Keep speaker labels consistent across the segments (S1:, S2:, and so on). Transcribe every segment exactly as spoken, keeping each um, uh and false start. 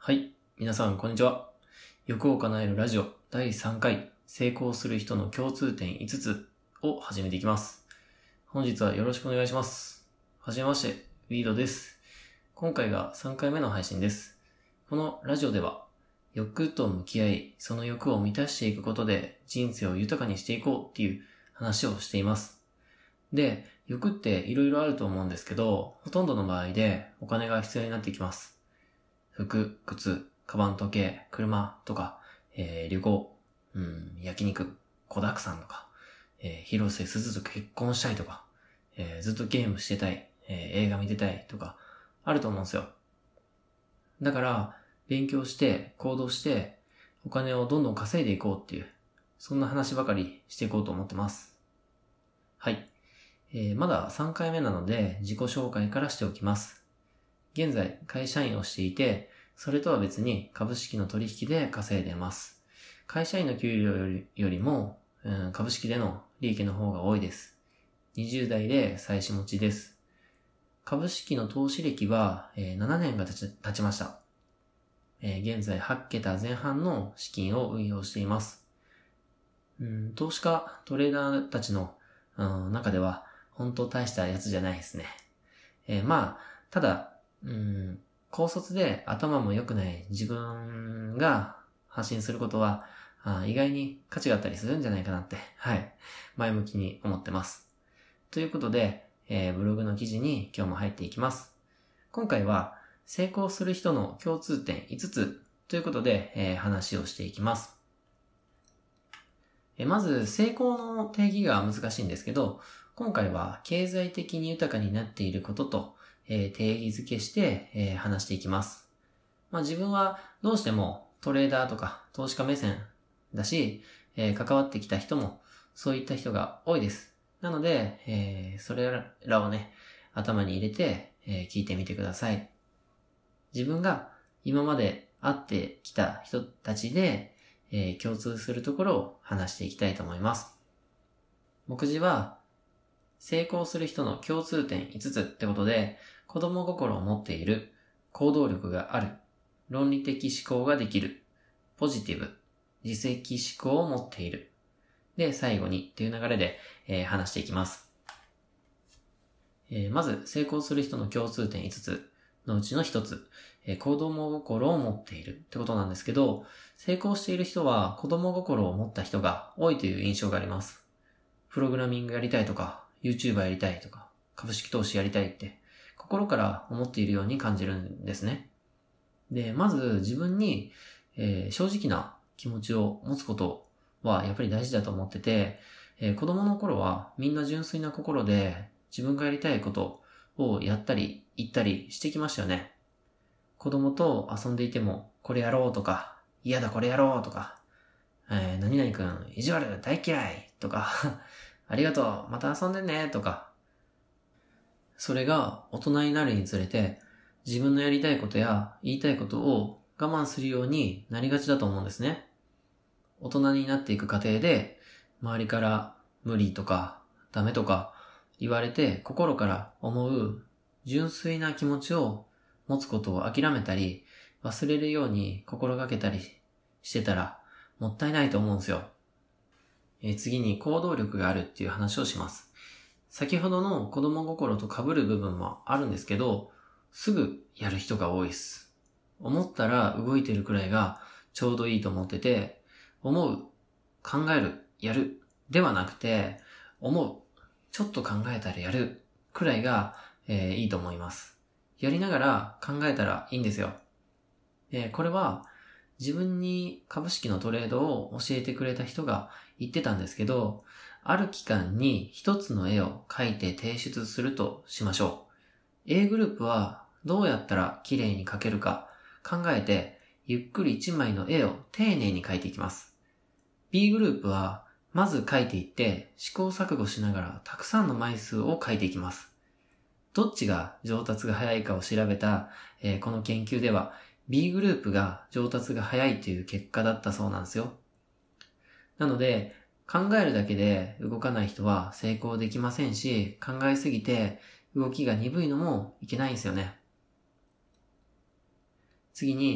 S1: はい。皆さん、こんにちは。欲を叶えるラジオだいさんかい、成功する人の共通点いつつを始めていきます。本日はよろしくお願いします。はじめまして、ウィードです。今回がさんかいめの配信です。このラジオでは、欲と向き合い、その欲を満たしていくことで人生を豊かにしていこうっていう話をしています。で、欲って色々あると思うんですけど、ほとんどの場合でお金が必要になってきます。服、靴、カバン、時計、車とか、えー、旅行、うん、焼肉、子沢山とか、えー、広瀬すずと結婚したいとか、えー、ずっとゲームしてたい、えー、映画見てたいとか、あると思うんですよ。だから、勉強して、行動して、お金をどんどん稼いでいこうっていう、そんな話ばかりしていこうと思ってます。はい。えー、まださんかいめなので、自己紹介からしておきます。現在、会社員をしていて、それとは別に株式の取引で稼いでいます。会社員の給料より、よりも、うん、株式での利益の方が多いです。にじゅうだいで妻子持ちです。株式の投資歴は、えー、ななねんが経ち、経ちました。えー、現在はちけたぜん半の資金を運用しています。うん、投資家、トレーダーたちの、うん、中では本当大したやつじゃないですね。えー、まあ、ただ、うん、高卒で頭も良くない自分が発信することはあ意外に価値があったりするんじゃないかなって、はい、前向きに思ってます。ということで、えー、ブログの記事に今日も入っていきます。今回は成功する人の共通点いつつということで、えー、話をしていきます。えー、まず成功の定義が難しいんですけど、今回は経済的に豊かになっていることとえー、定義づけして、えー、話していきます。まあ自分はどうしてもトレーダーとか投資家目線だし、えー、関わってきた人もそういった人が多いです。なので、えー、それらをね、頭に入れて、えー、聞いてみてください。自分が今まで会ってきた人たちで、えー、共通するところを話していきたいと思います。目次は成功する人の共通点いつつってことで、子供心を持っている、行動力がある、論理的思考ができる、ポジティブ、自責思考を持っている。で、最後にっていう流れで、えー、話していきます。えー、まず、成功する人の共通点いつつのうちのひとつ、えー、子供心を持っているってことなんですけど、成功している人は子供心を持った人が多いという印象があります。プログラミングやりたいとか、YouTuber やりたいとか、株式投資やりたいって、心から思っているように感じるんですね。で、まず自分に、えー、正直な気持ちを持つことはやっぱり大事だと思ってて、えー、子供の頃はみんな純粋な心で自分がやりたいことをやったり言ったりしてきましたよね。子供と遊んでいてもこれやろうとか、嫌だこれやろうとか、えー、何々くん意地悪大嫌いとか、ありがとうまた遊んでねとか、それが大人になるにつれて自分のやりたいことや言いたいことを我慢するようになりがちだと思うんですね。大人になっていく過程で周りから無理とかダメとか言われて心から思う純粋な気持ちを持つことを諦めたり忘れるように心がけたりしてたらもったいないと思うんですよ。えー、次に行動力があるっていう話をします。先ほどの子供心と被る部分もあるんですけど、すぐやる人が多いです。思ったら動いてるくらいがちょうどいいと思ってて、思う、考える、やる、ではなくて、思う、ちょっと考えたらやる、くらいが、えー、いいと思います。やりながら考えたらいいんですよ。えー、これは自分に株式のトレードを教えてくれた人が言ってたんですけど、ある期間に一つの絵を描いて提出するとしましょう。A グループはどうやったら綺麗に描けるか考えて、ゆっくり一枚の絵を丁寧に描いていきます。B グループはまず描いていって試行錯誤しながらたくさんの枚数を描いていきます。どっちが上達が早いかを調べた、えー、この研究では B グループが上達が早いという結果だったそうなんですよ。なので考えるだけで動かない人は成功できませんし、考えすぎて動きが鈍いのもいけないんですよね。次に、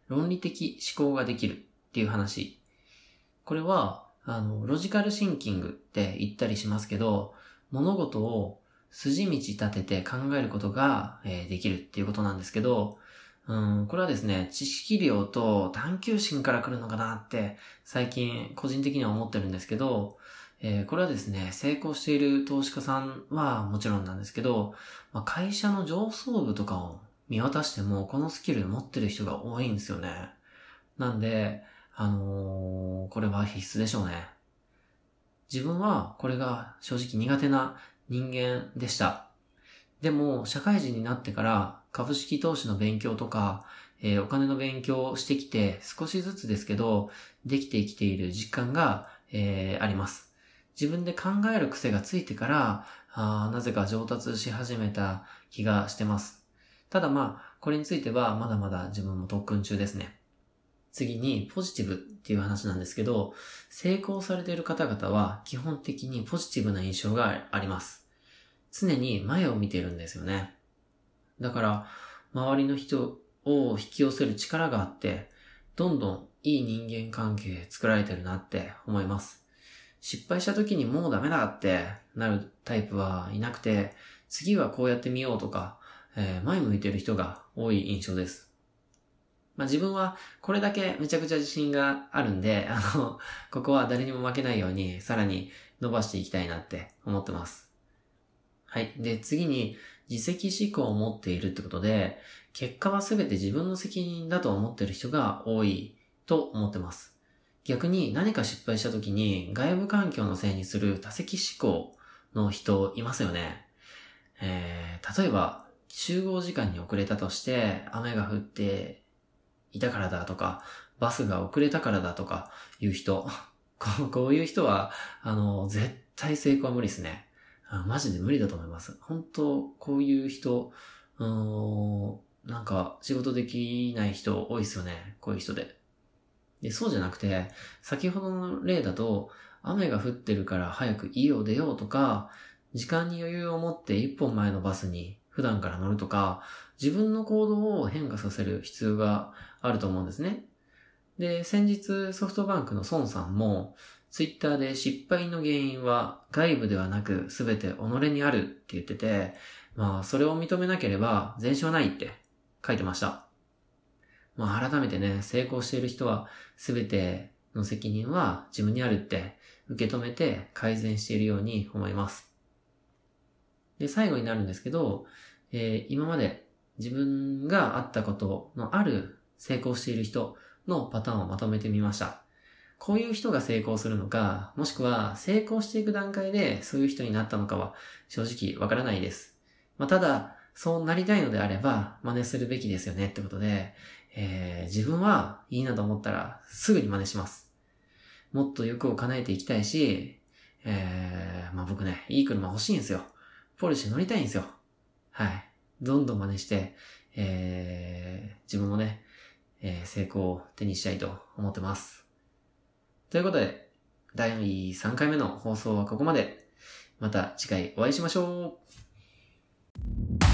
S1: 論理的思考ができるっていう話。これは、あの、ロジカルシンキングって言ったりしますけど、物事を筋道立てて考えることが、えーできるっていうことなんですけど、うん、これはですね、知識量と探求心から来るのかなって最近個人的には思ってるんですけど、えーこれはですね、成功している投資家さんはもちろんなんですけど、まあ、会社の上層部とかを見渡してもこのスキル持ってる人が多いんですよね。なんで、あのーこれは必須でしょうね。自分はこれが正直苦手な人間でした。でも、社会人になってから株式投資の勉強とか、えーお金の勉強をしてきて少しずつですけど、できてきている実感が、えーあります。自分で考える癖がついてから、あーなぜか上達し始めた気がしてます。ただまあ、これについてはまだまだ自分も特訓中ですね。次にポジティブっていう話なんですけど、成功されている方々は基本的にポジティブな印象があります。常に前を見ているんですよね。だから、周りの人を引き寄せる力があって、どんどんいい人間関係作られてるなって思います。失敗した時にもうダメだってなるタイプはいなくて、次はこうやってみようとか、えー前向いてる人が多い印象です。まあ自分はこれだけめちゃくちゃ自信があるんで、あの、ここは誰にも負けないようにさらに伸ばしていきたいなって思ってます。はい。で、次に、自責思考を持っているってことで、結果は全て自分の責任だと思っている人が多いと思ってます。逆に何か失敗した時に外部環境のせいにする多責思考の人いますよね。えー、例えば、集合時間に遅れたとして、雨が降っていたからだとか、バスが遅れたからだとかいう人。こうこういう人は、あの、絶対成功は無理ですね。あマジで無理だと思います。本当こういう人、うーん、なんか仕事できない人多いですよね。こういう人で。で、そうじゃなくて、先ほどの例だと、雨が降ってるから早く家を出ようとか、時間に余裕を持って一本前のバスに普段から乗るとか、自分の行動を変化させる必要があると思うんですね。で、先日ソフトバンクの孫さんも、ツイッターで失敗の原因は外部ではなく全て己にあるって言ってて、まあそれを認めなければ前進はないって書いてました。まあ改めてね、成功している人は全ての責任は自分にあるって受け止めて改善しているように思います。で、最後になるんですけど、えー今まで自分があったことのある成功している人のパターンをまとめてみました。こういう人が成功するのか、もしくは成功していく段階でそういう人になったのかは正直わからないです。まあ、ただ、そうなりたいのであれば真似するべきですよねってことで、えー自分はいいなと思ったらすぐに真似します。もっと欲を叶えていきたいし、えー、まあ僕ね、いい車欲しいんですよ。ポルシェ乗りたいんですよ。はい。どんどん真似して、えー、自分もね、えー成功を手にしたいと思ってます。ということで、だいさんかいめの放送はここまで。また次回お会いしましょう。